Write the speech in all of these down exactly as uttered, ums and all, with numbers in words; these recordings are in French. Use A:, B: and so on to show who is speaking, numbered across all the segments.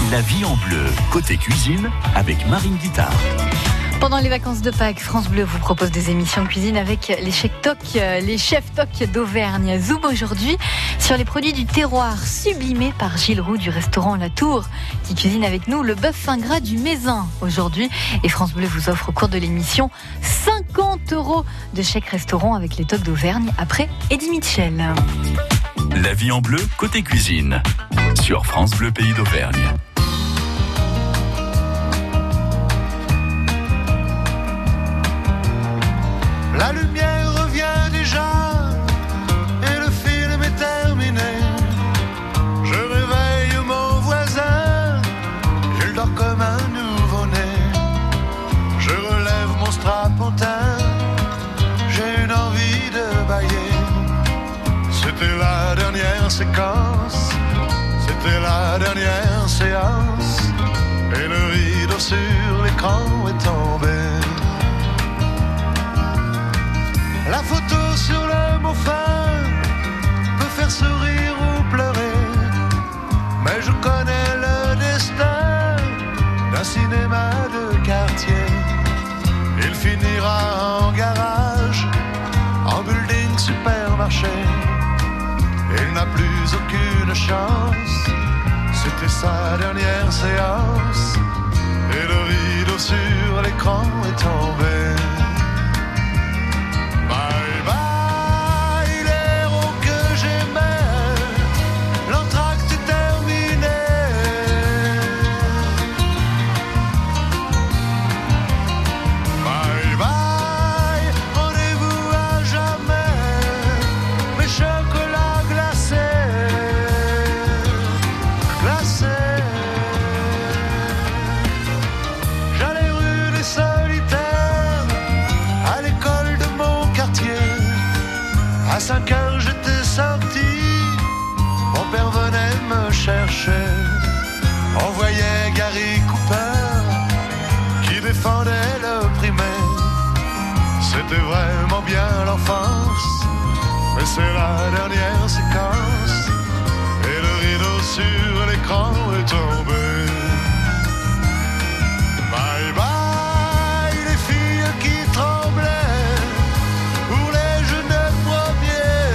A: La vie en bleu, côté cuisine, avec Marine Guittard.
B: Pendant les vacances de Pâques, France Bleu vous propose des émissions de cuisine avec les chefs toc, les chefs toc d'Auvergne. Zoom aujourd'hui sur les produits du terroir sublimés par Gilles Roux du restaurant La Tour, qui cuisine avec nous le bœuf fin gras du Mézin aujourd'hui. Et France Bleu vous offre au cours de l'émission cinquante euros de chèque restaurant avec les tocs d'Auvergne après Eddie Mitchell.
A: La vie en bleu, côté cuisine, sur France Bleu Pays d'Auvergne.
C: La lumière revient déjà et le film est terminé. Je réveille mon voisin, il dort comme un nouveau-né. Je relève mon strapontin, j'ai une envie de bailler. C'était la dernière séquence, c'était la dernière séance, et le rideau sur l'écran est tombé. La photo sur le mot fin peut faire sourire ou pleurer, mais je connais le destin d'un cinéma de quartier. Il finira en garage, en building supermarché. Il n'a plus aucune chance, c'était sa dernière séance, et le rideau sur l'écran est tombé. À cinq heures j'étais sorti, mon père venait me chercher. On voyait Gary Cooper qui défendait le primaire. C'était vraiment bien l'enfance, mais c'est la dernière séquence, et le rideau sur l'écran est tombé. Bye bye les filles qui tremblaient pour les jeunes premiers.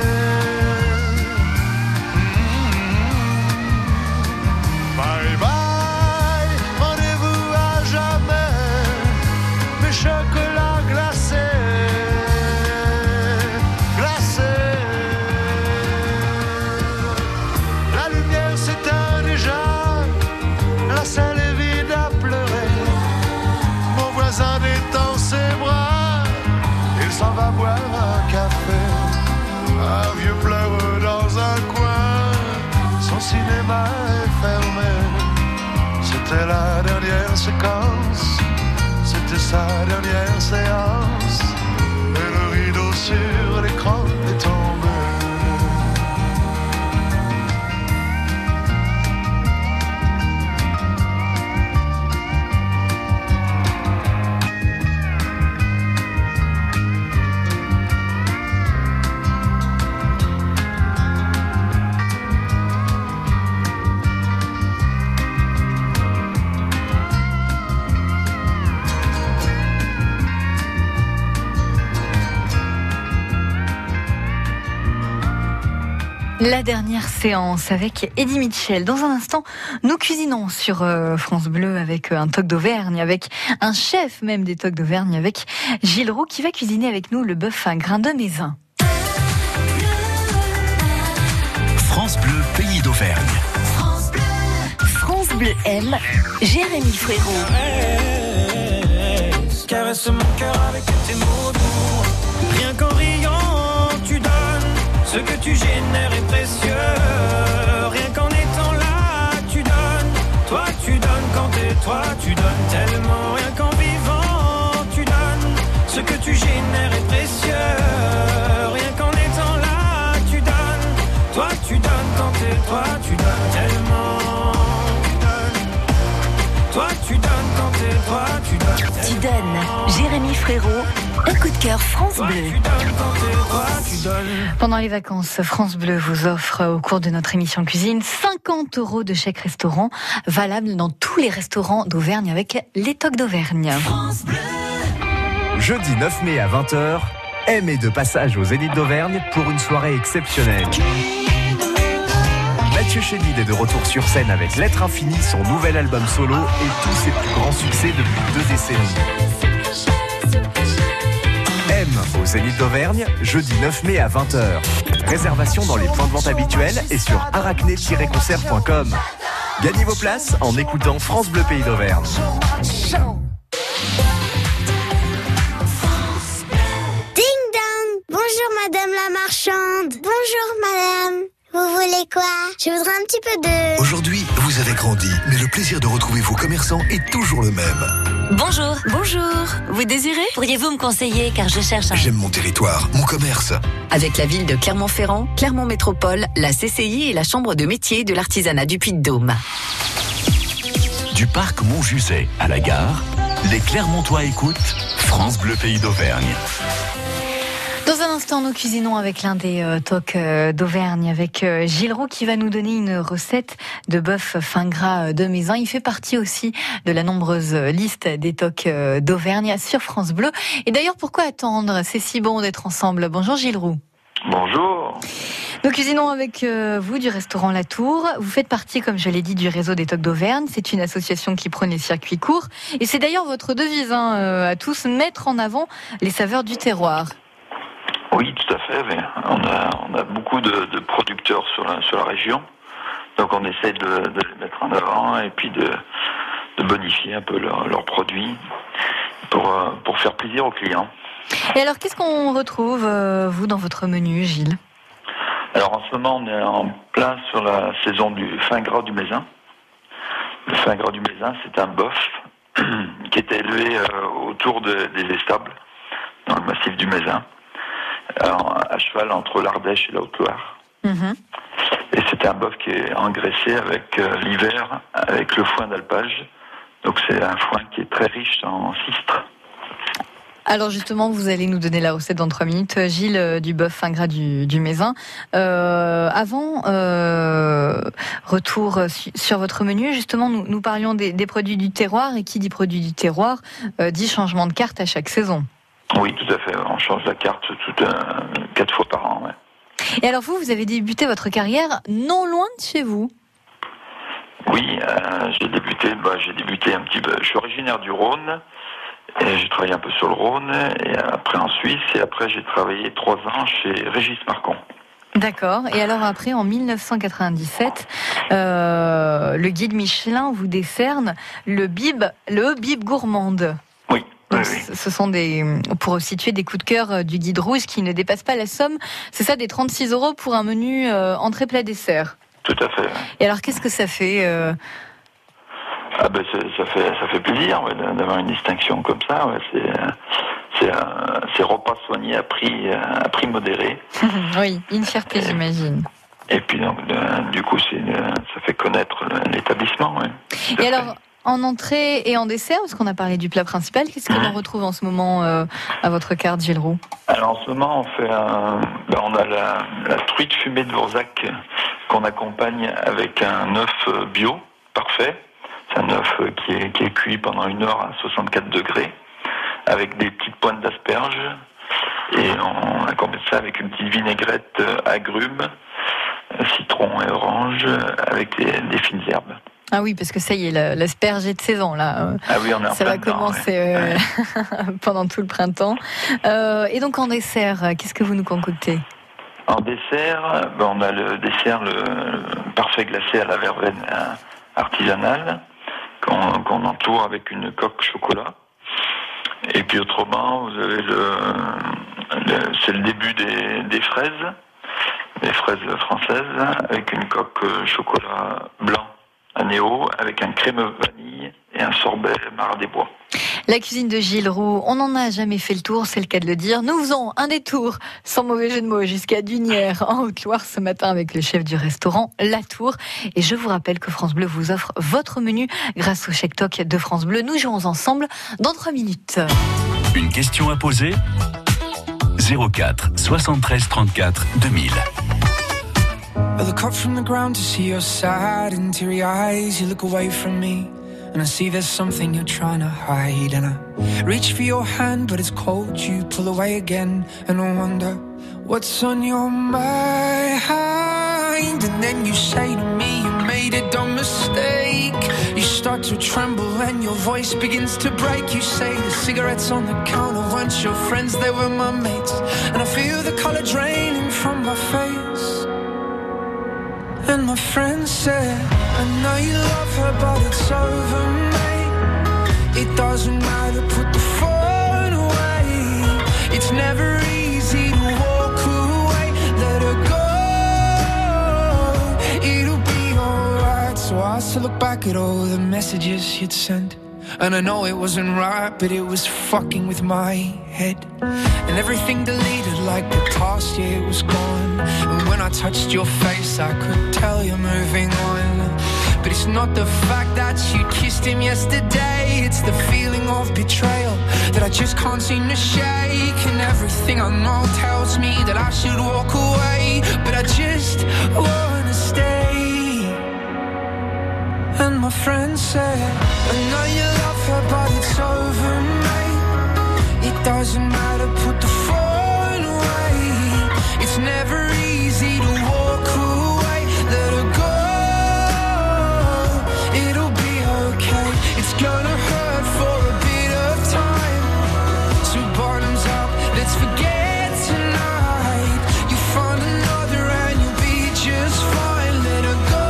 C: Mmh. Bye bye, rendez-vous à jamais, mes chocolats glacés, glacés. La lumière s'éteint déjà, la salle est vide à pleurer. Mon voisin détend ses bras, il s'en va boire un café. Un vieux pleure dans un coin, son cinéma est fermé. C'était la dernière séquence, c'était sa dernière séance, et le rideau sur l'écran est tombé.
B: La dernière séance avec Eddie Mitchell. Dans un instant, nous cuisinons sur euh, France Bleu avec un toc d'Auvergne, avec un chef même des tocs d'Auvergne, avec Gilles Roux qui va cuisiner avec nous le bœuf à grains de Mézin.
A: France Bleu Pays d'Auvergne.
D: France Bleu, France Bleu aime Jérémy Frérot.
E: Caresse, caresse mon cœur avec tes mots doux. Rien qu'en riant, tu donnes. Ce que tu génères est précieux. Rien qu'en étant là, tu donnes. Toi, tu donnes quand t'es toi, tu donnes tellement. Rien qu'en vivant, tu donnes. Ce que tu génères est précieux. Rien qu'en étant là, tu donnes. Toi, tu donnes quand t'es toi, tu donnes tellement. Tu donnes. Toi, tu donnes quand t'es toi, tu donnes tellement.
D: Tu donnes. Jérémy Frérot Un coup de cœur France
E: Toi,
D: Bleu.
E: tu donnes quand t'es toi, tu donnes.
B: Pendant les vacances, France Bleu vous offre au cours de notre émission cuisine cinquante euros de chèque restaurant valable dans tous les restaurants d'Auvergne avec les tocs d'Auvergne.
F: Jeudi neuf mai à vingt heures, M est de passage aux Zénith d'Auvergne pour une soirée exceptionnelle. Mathieu Chédid est de retour sur scène avec L'être infini, son nouvel album solo et tous ses plus grands succès depuis deux décennies. M au Zénith d'Auvergne, jeudi neuf mai à vingt heures. Réservation dans les points de vente habituels et sur arachné tiret concert point com. Gagnez vos places en écoutant France Bleu Pays d'Auvergne.
G: Ding dong. Bonjour madame la marchande. Bonjour madame. Vous voulez quoi? Je voudrais un petit peu de...
H: Aujourd'hui, vous avez grandi, mais le plaisir de retrouver vos commerçants est toujours le même.
D: Bonjour. Bonjour. Vous désirez? Pourriez-vous me conseiller car je cherche un...
H: J'aime mon territoire, mon commerce.
I: Avec la ville de Clermont-Ferrand, Clermont Métropole, la C C I et la Chambre de métier de l'artisanat du Puy-de-Dôme.
A: Du parc Montjuset à la gare, les Clermontois écoutent France Bleu Pays d'Auvergne.
B: Dans un instant, nous cuisinons avec l'un des euh, tocs euh, d'Auvergne, avec euh, Gilles Roux qui va nous donner une recette de bœuf fin gras euh, de Mézin. Il fait partie aussi de la nombreuse liste des tocs euh, d'Auvergne sur France Bleu. Et d'ailleurs, pourquoi attendre? C'est si bon d'être ensemble. Bonjour Gilles Roux.
J: Bonjour.
B: Nous cuisinons avec euh, vous du restaurant La Tour. Vous faites partie, comme je l'ai dit, du réseau des tocs d'Auvergne. C'est une association qui prône les circuits courts. Et c'est d'ailleurs votre devise hein, euh, à tous, mettre en avant les saveurs du terroir.
J: Oui, tout à fait. Mais on a, on a beaucoup de, de producteurs sur la, sur la région. Donc on essaie de, de les mettre en avant et puis de, de bonifier un peu leurs leur produits pour, pour faire plaisir aux clients.
B: Et alors, qu'est-ce qu'on retrouve, euh, vous, dans votre menu, Gilles?
J: Alors en ce moment, on est en plein sur la saison du fin gras du Mézin. Le fin gras du Mézin, c'est un bœuf qui est élevé euh, autour de, des éstables, dans le massif du Mézin, alors, à cheval entre l'Ardèche et la Haute-Loire. Mmh. Et c'est un bœuf qui est engraissé avec euh, l'hiver, avec le foin d'alpage. Donc c'est un foin qui est très riche en cistre.
B: Alors justement, vous allez nous donner la recette dans trois minutes, Gilles, euh, du bœuf fin gras du, du Mézin. Euh, avant, euh, retour su, sur votre menu, justement, nous, nous parlions des, des produits du terroir, et qui dit produits du terroir, euh, dit changement de carte à chaque saison.
J: Oui, tout à fait. On change la carte tout, euh, quatre fois par an. Ouais.
B: Et alors vous, vous avez débuté votre carrière non loin de chez vous.
J: Oui, euh, j'ai débuté, bah, j'ai débuté un petit peu. Je suis originaire du Rhône. Et j'ai travaillé un peu sur le Rhône, et après en Suisse, et après j'ai travaillé trois ans chez Régis Marcon.
B: D'accord. Et alors après, en mille neuf cent quatre-vingt-dix-sept, euh, le guide Michelin vous décerne le bib, le bib gourmande.
J: Oui.
B: Donc,
J: oui, oui.
B: Ce sont des, pour situer des coups de cœur du guide rouge qui ne dépassent pas la somme. C'est ça, des trente-six euros pour un menu euh, entrée plat dessert.
J: Tout à fait.
B: Et alors, qu'est-ce que ça fait euh...
J: Ah ben ça fait ça fait plaisir ouais, d'avoir une distinction comme ça. Ouais, c'est c'est euh, c'est repas soigné à prix à prix modéré.
B: Oui, une fierté, et, j'imagine.
J: Et puis donc le, du coup c'est une, ça fait connaître l'établissement. Ouais,
B: et alors en entrée et en dessert, parce qu'on a parlé du plat principal, qu'est-ce que l'on retrouve en ce moment euh, à votre carte, Gilles Roux?
J: Alors en ce moment on fait un, ben, on a la, la truite fumée de Vorzac qu'on accompagne avec un œuf bio parfait. C'est un œuf qui est, qui est cuit pendant une heure à soixante-quatre degrés, avec des petites pointes d'asperges, et on accompagne ça avec une petite vinaigrette agrumes, citron et orange, avec des, des fines herbes.
B: Ah oui, parce que ça y est, l'asperge est de saison, là.
J: Ah oui, on est en
B: ça va
J: dedans,
B: commencer
J: ouais.
B: euh, pendant tout le printemps. Euh, et donc en dessert, qu'est-ce que vous nous concoctez?
J: En dessert, ben on a le dessert, le, le parfait glacé à la verveine artisanale, Qu'on, qu'on entoure avec une coque chocolat. Et puis autrement, vous avez le, le c'est le début des, des fraises, des fraises françaises, avec une coque chocolat blanc à néo, avec un crémeux vanille et un sorbet Marat des Bois.
B: La cuisine de Gilles Roux, on n'en a jamais fait le tour, c'est le cas de le dire. Nous faisons un détour, sans mauvais jeu de mots, jusqu'à Dunières, en Haute-Loire, ce matin avec le chef du restaurant La Tour. Et je vous rappelle que France Bleu vous offre votre menu grâce au chèque toc de France Bleu. Nous jouons ensemble dans trois minutes.
A: Une question à poser? zéro quatre soixante-treize trente-quatre deux mille.
K: I look up from the ground to see your sad and teary eyes. You look away from me and I see there's something you're trying to hide. And I reach for your hand but it's cold. You pull away again and I wonder what's on your mind. And then you say to me you made a dumb mistake. You start to tremble and your voice begins to break. You say the cigarettes on the counter weren't your friends, they were my mates. And I feel the color draining from my face. And my friend said, I know you love her but it's over, mate. It doesn't matter, put the phone away. It's never easy to walk away. Let her go, it'll be alright. So I asked to look back at all the messages you'd sent. And I know it wasn't right, but it was fucking with my head. And everything deleted like the past, yeah, it was gone. And when I touched your face, I could tell you're moving on. But it's not the fact that you kissed him yesterday. It's the feeling of betrayal that I just can't seem to shake. And everything I know tells me that I should walk away, but I just wanna stay. And my friend said, I know you love her but it's over, mate. It doesn't matter, put the phone away. It's never easy to walk away. Let her go, it'll be okay. It's gonna hurt for a bit of time. So bottoms up, let's forget tonight. You find another and you'll be just fine. Let her go.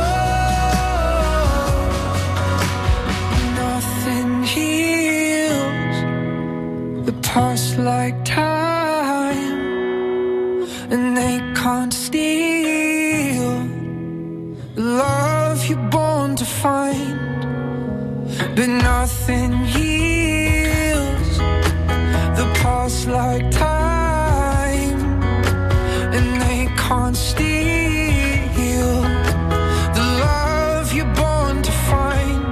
K: Past like time, and they can't steal the love you're born to find. But nothing heals the past like time, and they can't steal the love you're born to find.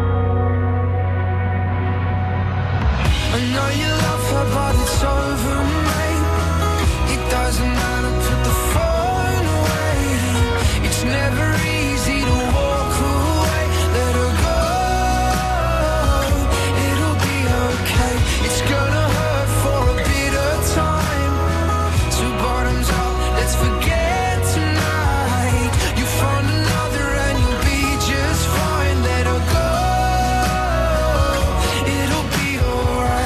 K: I know you love her but it's over, mate. It doesn't matter, put the phone away. It's never easy to walk away. Let her go, it'll be okay. It's gonna hurt for a bit of time. Two bottoms up, let's forget tonight. You find another and you'll be just fine. Let her go, it'll be alright.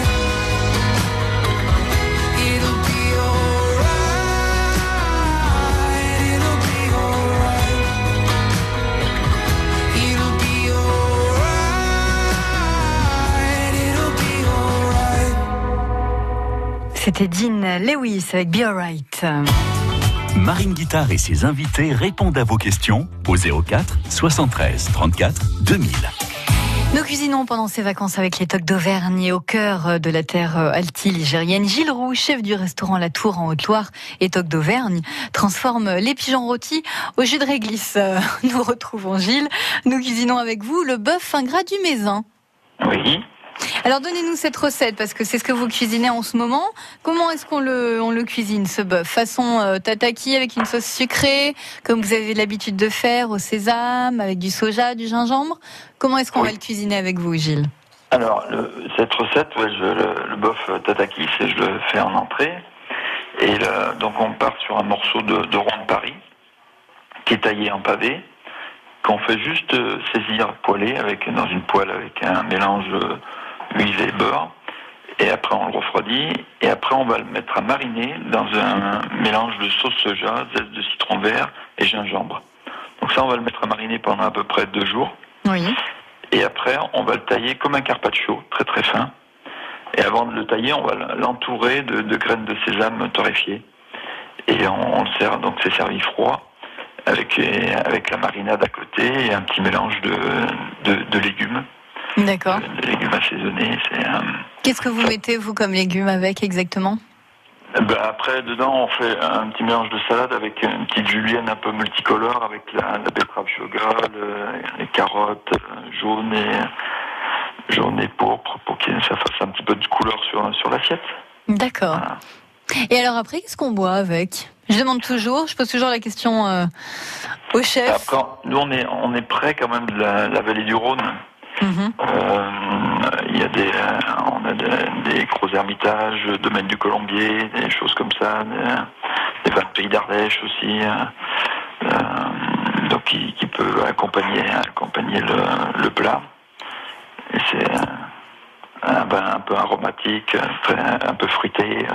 B: C'était Dean Lewis avec Be Alright.
A: Marine Guitare et ses invités répondent à vos questions au zéro quatre soixante-treize trente-quatre deux mille.
B: Nous cuisinons pendant ces vacances avec les tocs d'Auvergne et au cœur de la terre alti-ligérienne. Gilles Roux, chef du restaurant La Tour en Haute-Loire et tocs d'Auvergne, transforme les pigeons rôtis au jus de réglisse. Nous retrouvons Gilles. Nous cuisinons avec vous le bœuf fin gras du Mézin.
J: Oui.
B: Alors donnez-nous cette recette parce que c'est ce que vous cuisinez en ce moment. Comment est-ce qu'on le, on le cuisine ce bœuf? Façon euh, tataki avec une sauce sucrée, comme vous avez l'habitude de faire au sésame, avec du soja, du gingembre. Comment est-ce qu'on oui. va le cuisiner avec vous, Gilles?
J: Alors le, cette recette, ouais, je, le, le bœuf tataki, c'est je le fais en entrée. Et le, donc on part sur un morceau de, de rond de Paris qui est taillé en pavé, qu'on fait juste saisir poêler avec dans une poêle avec un mélange huile et beurre, et après on le refroidit, et après on va le mettre à mariner dans un mélange de sauce soja, zeste de citron vert et gingembre. Donc ça on va le mettre à mariner pendant à peu près deux jours.
B: Oui.
J: Et après on va le tailler comme un carpaccio, très très fin. Et avant de le tailler, on va l'entourer de, de graines de sésame torréfiées. Et on, on le sert, donc c'est servi froid, avec, avec la marinade à côté et un petit mélange de, de, de légumes.
B: D'accord.
J: De, de légumes assaisonnés. C'est, euh,
B: Qu'est-ce que vous ça... mettez, vous, comme légumes avec, exactement?
J: Ben après, dedans, on fait un petit mélange de salade avec une petite julienne un peu multicolore, avec la, la betterave shoga, le, les carottes jaunes et jaune et pourpre pour que ça fasse un petit peu de couleur sur, sur l'assiette.
B: D'accord.
J: Voilà.
B: Et alors après, qu'est-ce qu'on boit avec ? Je demande toujours, je pose toujours la question euh, au chef.
J: Après, nous, on est, on est près quand même de la, la vallée du Rhône.
B: Mm-hmm.
J: Euh, il y a des, on a des, des gros ermitages, domaine du Colombier, des choses comme ça, des, des pays d'Ardèche aussi, euh, donc qui, qui peut accompagner, accompagner le, le plat. Et c'est un, ben, un peu aromatique, un peu fruité.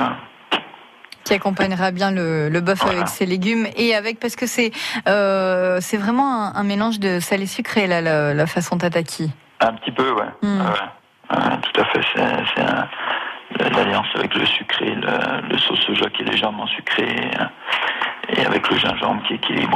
B: Qui accompagnera bien le, le bœuf voilà. avec ses légumes et avec, parce que c'est euh, c'est vraiment un, un mélange de salé sucré là, la, la façon tataki.
J: Un petit peu, ouais. Mm. ouais. ouais tout à fait. C'est, c'est un, l'alliance avec le sucré, le, le sauce soja qui est légèrement sucré et, et avec le gingembre qui équilibre.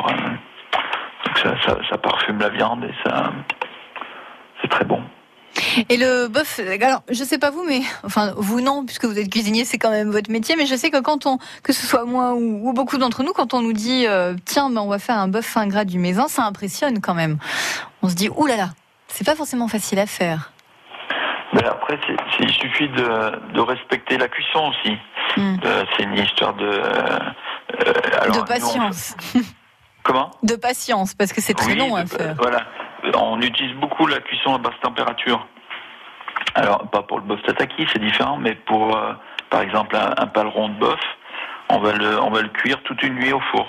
J: Donc ça, ça, ça parfume la viande et ça, c'est très bon.
B: Et le bœuf, alors je sais pas vous, mais enfin vous non, puisque vous êtes cuisinier, c'est quand même votre métier. Mais je sais que quand on, que ce soit moi ou, ou beaucoup d'entre nous, quand on nous dit euh, tiens, ben on va faire un bœuf fin gras du Mézin, ça impressionne quand même. On se dit ouh là là, c'est pas forcément facile à faire.
J: Mais après, c'est, c'est, il suffit de, de respecter la cuisson aussi. Mm. Euh, c'est une histoire de euh,
B: alors, de patience.
J: Nous, on... Comment ?
B: De patience, parce que c'est très
J: oui,
B: long à
J: de,
B: faire.
J: Euh, voilà. On utilise beaucoup la cuisson à basse température. Alors, pas pour le bœuf tataki, c'est différent, mais pour, euh, par exemple, un, un paleron de bœuf, on va le, on va le cuire toute une nuit au four.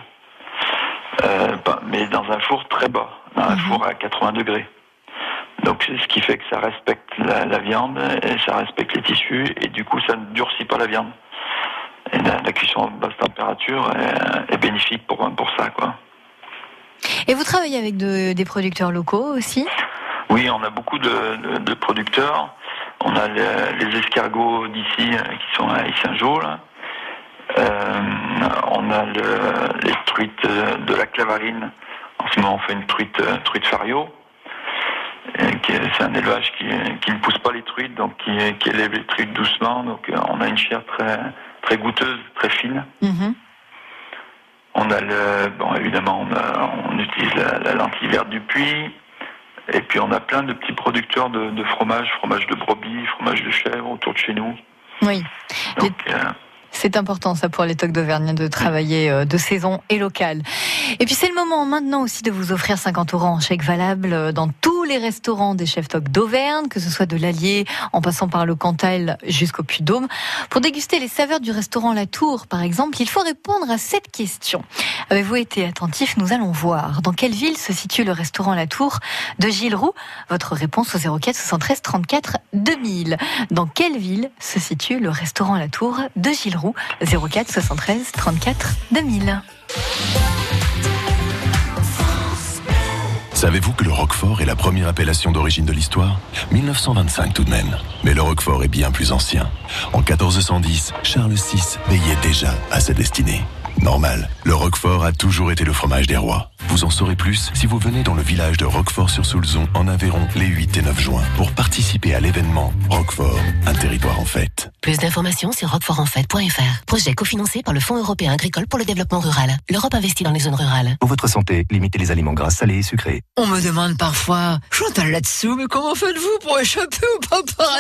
J: Euh, pas, mais dans un four très bas, dans un mm-hmm. four à quatre-vingts degrés. Donc, c'est ce qui fait que ça respecte la, la viande, et ça respecte les tissus, et du coup, ça ne durcit pas la viande. Et la, la cuisson à basse température est, est bénéfique pour, pour ça, quoi.
B: Et vous travaillez avec de, des producteurs locaux aussi ?
J: Oui, on a beaucoup de, de, de producteurs. On a les, les escargots d'ici qui sont à Saint-Jean. Euh, on a le, les truites de la Clavarine. En ce moment, on fait une truite, truite fario. Et qui, c'est un élevage qui, qui ne pousse pas les truites, donc qui, qui élève les truites doucement. Donc, on a une chair très, très goûteuse, très fine. Mm-hmm. On a le, bon, évidemment, on, a, on utilise la, la lentille verte du Puy. Et puis on a plein de petits producteurs de, de fromage, fromage de brebis, fromage de chèvre autour de chez nous.
B: Oui.
J: Donc,
B: les...
J: euh...
B: C'est important ça pour les tocs d'Auvergne de travailler euh, de saison et local. Et puis c'est le moment maintenant aussi de vous offrir cinquante euros en chèque valable dans tous les restaurants des chefs tocs d'Auvergne, que ce soit de l'Allier en passant par le Cantal jusqu'au Puy-de-Dôme. Pour déguster les saveurs du restaurant La Tour par exemple, il faut répondre à cette question. Avez-vous été attentif ? Nous allons voir. Dans quelle ville se situe le restaurant La Tour de Gilles Roux ? Votre réponse au zéro quatre soixante-treize trente-quatre deux mille. Dans quelle ville se situe le restaurant La Tour de Gilles Roux ? zéro quatre soixante-treize trente-quatre deux mille.
L: Savez-vous que le Roquefort est la première appellation d'origine de l'histoire ? mille neuf cent vingt-cinq tout de même. Mais le Roquefort est bien plus ancien. En quatorze cent dix, Charles six veillait déjà à sa destinée. Normal, le Roquefort a toujours été le fromage des rois. Vous en saurez plus si vous venez dans le village de Roquefort-sur-Soulzon en Aveyron les huit et neuf juin pour participer à l'événement Roquefort, un territoire en fête.
M: Plus d'informations sur roquefort en fête point f r. Projet cofinancé par le Fonds européen agricole pour le développement rural. L'Europe investit dans les zones rurales.
F: Pour votre santé, limitez les aliments gras, salés et sucrés.
N: On me demande parfois, Chantal là-dessous, mais comment faites-vous pour échapper au paparazzi ?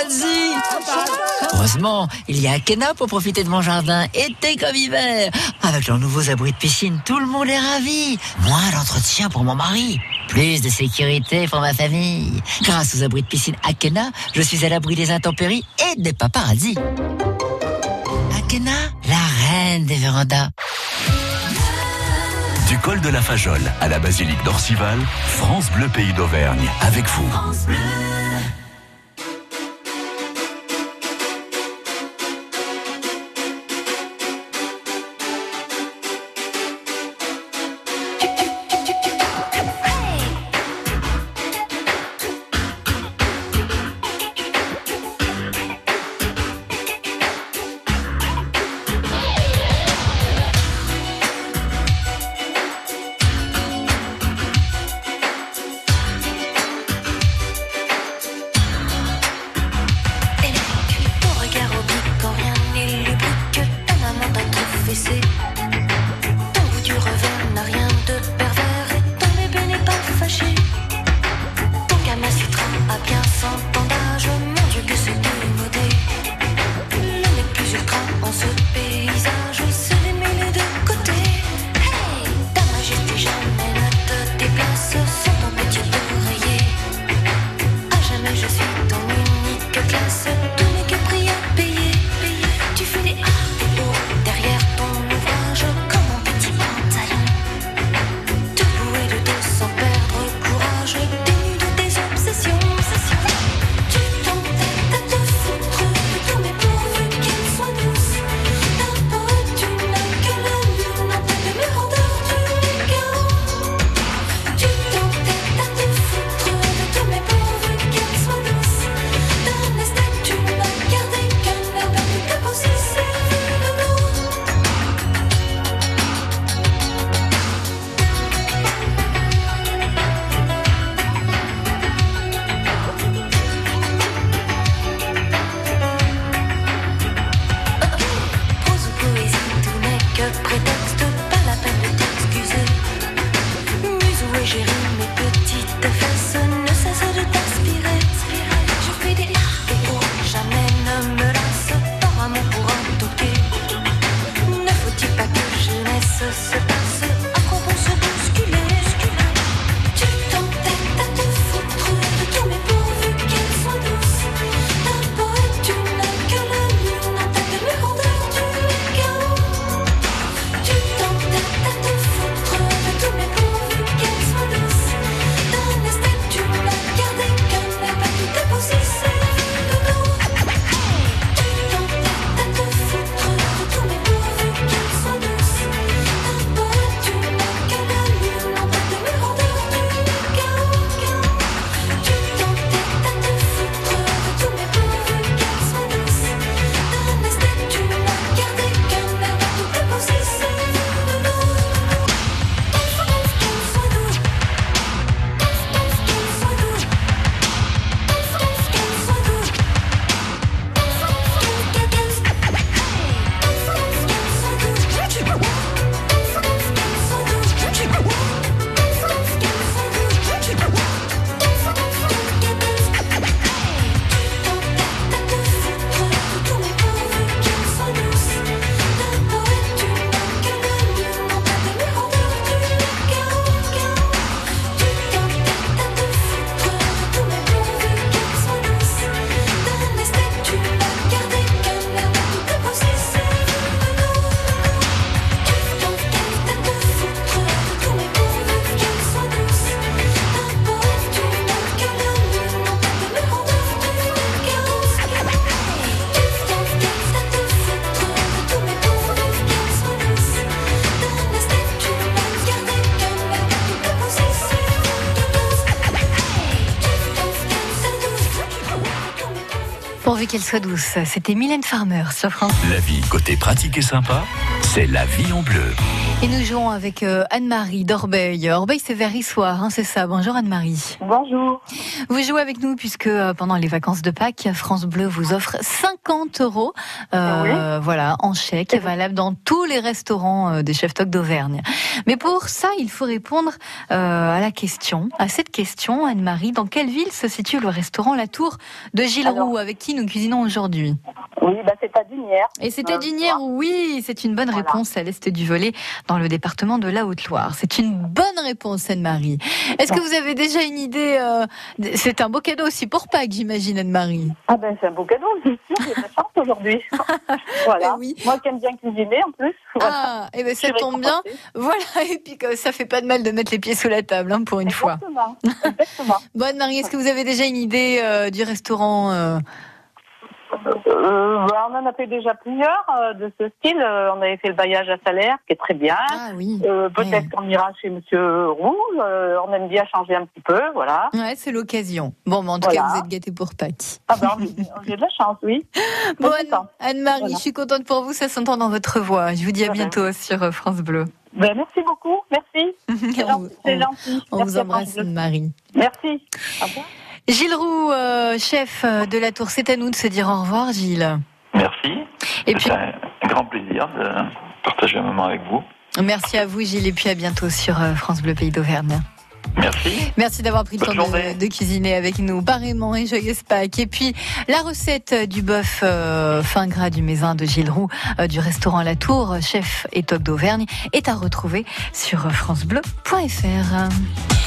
N: Heureusement, il y a Akena pour profiter de mon jardin, été comme hiver. Avec leurs nouveaux abris de piscine, tout le monde est ravi. Moins d'entretien pour mon mari, plus de sécurité pour ma famille. Grâce aux abris de piscine Akena, je suis à l'abri des intempéries et des paparazzis. Akena, la reine des vérandas.
A: Du col de la Fajole à la basilique d'Orcival, France Bleu Pays d'Auvergne, avec vous. France Bleu.
B: Pourvu qu'elle soit douce, c'était Mylène Farmer sur France.
A: La vie côté pratique et sympa, c'est la vie en bleu.
B: Et nous jouons avec euh, Anne-Marie d'Orbeil. Orbeil, c'est vers Issoire, hein, c'est ça. Bonjour Anne-Marie.
O: Bonjour.
B: Vous jouez avec nous puisque euh, pendant les vacances de Pâques, France Bleu vous offre cinquante euros euh, oui. voilà, en chèque, valable dans tous les restaurants euh, des Chefs Toc d'Auvergne. Mais pour ça, il faut répondre euh, à la question, à cette question, Anne-Marie. Dans quelle ville se situe le restaurant La Tour de Gilles Alors, Roux, avec qui nous cuisinons aujourd'hui?
O: Oui, bah c'est à Dunières.
B: Et c'est à Dunières, oui, c'est une bonne voilà. réponse, à l'est du Velay, dans le département de la Haute-Loire. C'est une bonne réponse, Anne-Marie. Est-ce que vous avez déjà une idée euh, C'est un beau cadeau aussi pour Pâques, j'imagine, Anne-Marie.
O: Ah ben c'est un beau cadeau, c'est sûr, j'ai de la chance aujourd'hui. Voilà. Oui. Moi qui aime bien cuisiner en plus. Voilà.
B: Ah, et ben ça tombe bien. Voilà, et puis ça fait pas de mal de mettre les pieds sous la table, hein, pour une
O: Exactement.
B: fois.
O: Exactement.
B: Bon, Anne-Marie, est-ce que vous avez déjà une idée euh, du restaurant euh...
O: Euh, bah, on en a fait déjà plusieurs euh, de ce style. Euh, on avait fait le bailliage à Salaire, qui est très bien.
B: Ah oui.
O: Euh, peut-être oui. qu'on ira chez Monsieur Roux. Euh, on aime bien changer un petit peu, voilà.
B: Ouais, c'est l'occasion. Bon, mais en tout voilà. cas, vous êtes gâtés pour Pâques.
O: Ah ben, j'ai de la chance, oui.
B: Bon, Anne- Anne-Marie, voilà. Je suis contente pour vous. Ça s'entend dans votre voix. Je vous dis à bientôt ouais. sur France Bleu.
O: Ben, merci beaucoup. Merci. C'est gentil.
B: C'est gentil. On merci vous embrasse, Anne-Marie.
O: Merci. Au revoir.
B: Gilles Roux, euh, chef de la Tour, c'est à nous de se dire au revoir, Gilles.
J: Merci.
B: Et
J: c'est
B: puis
J: un grand plaisir de partager un moment avec vous.
B: Merci à vous, Gilles, et puis à bientôt sur France Bleu Pays d'Auvergne.
J: Merci.
B: Merci d'avoir pris
J: Bonne
B: le temps de, de cuisiner avec nous. Pareillement et joyeuse Pâques. Et puis, la recette du bœuf euh, fin gras du Mézin de Gilles Roux, euh, du restaurant La Tour, chef et toc d'Auvergne, est à retrouver sur francebleu point fr.